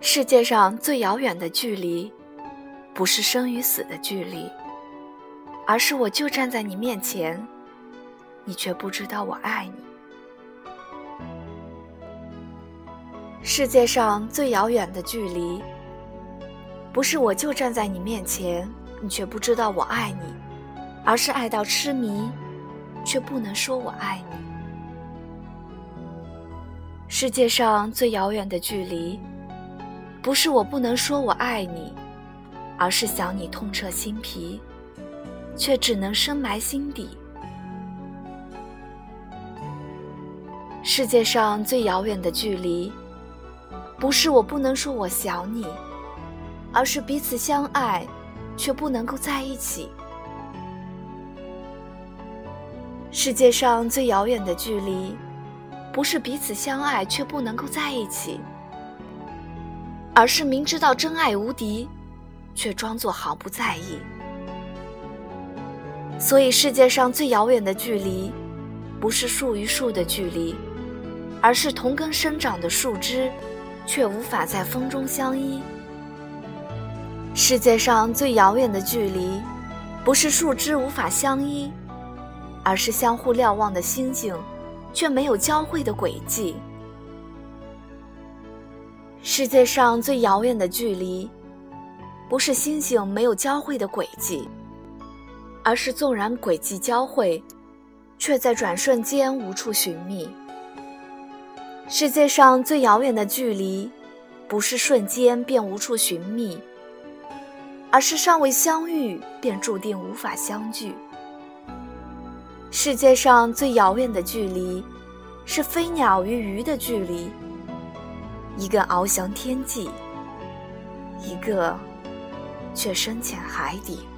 世界上最遥远的距离，不是生与死的距离，而是我就站在你面前，你却不知道我爱你。世界上最遥远的距离，不是我就站在你面前，你却不知道我爱你，而是爱到痴迷，却不能说我爱你。世界上最遥远的距离，不是我不能说我爱你，而是想你痛彻心脾，却只能深埋心底。世界上最遥远的距离，不是我不能说我想你，而是彼此相爱，却不能够在一起。世界上最遥远的距离，不是彼此相爱却不能够在一起，而是明知道真爱无敌，却装作毫不在意。所以世界上最遥远的距离，不是树与树的距离，而是同根生长的树枝，却无法在风中相依。世界上最遥远的距离，不是树枝无法相依，而是相互瞭望的心境，却没有交汇的轨迹。世界上最遥远的距离，不是星星没有交汇的轨迹，而是纵然轨迹交汇，却在转瞬间无处寻觅。世界上最遥远的距离，不是瞬间便无处寻觅，而是尚未相遇便注定无法相聚。世界上最遥远的距离，是飞鸟与鱼的距离，一个翱翔天际，一个却深潜海底。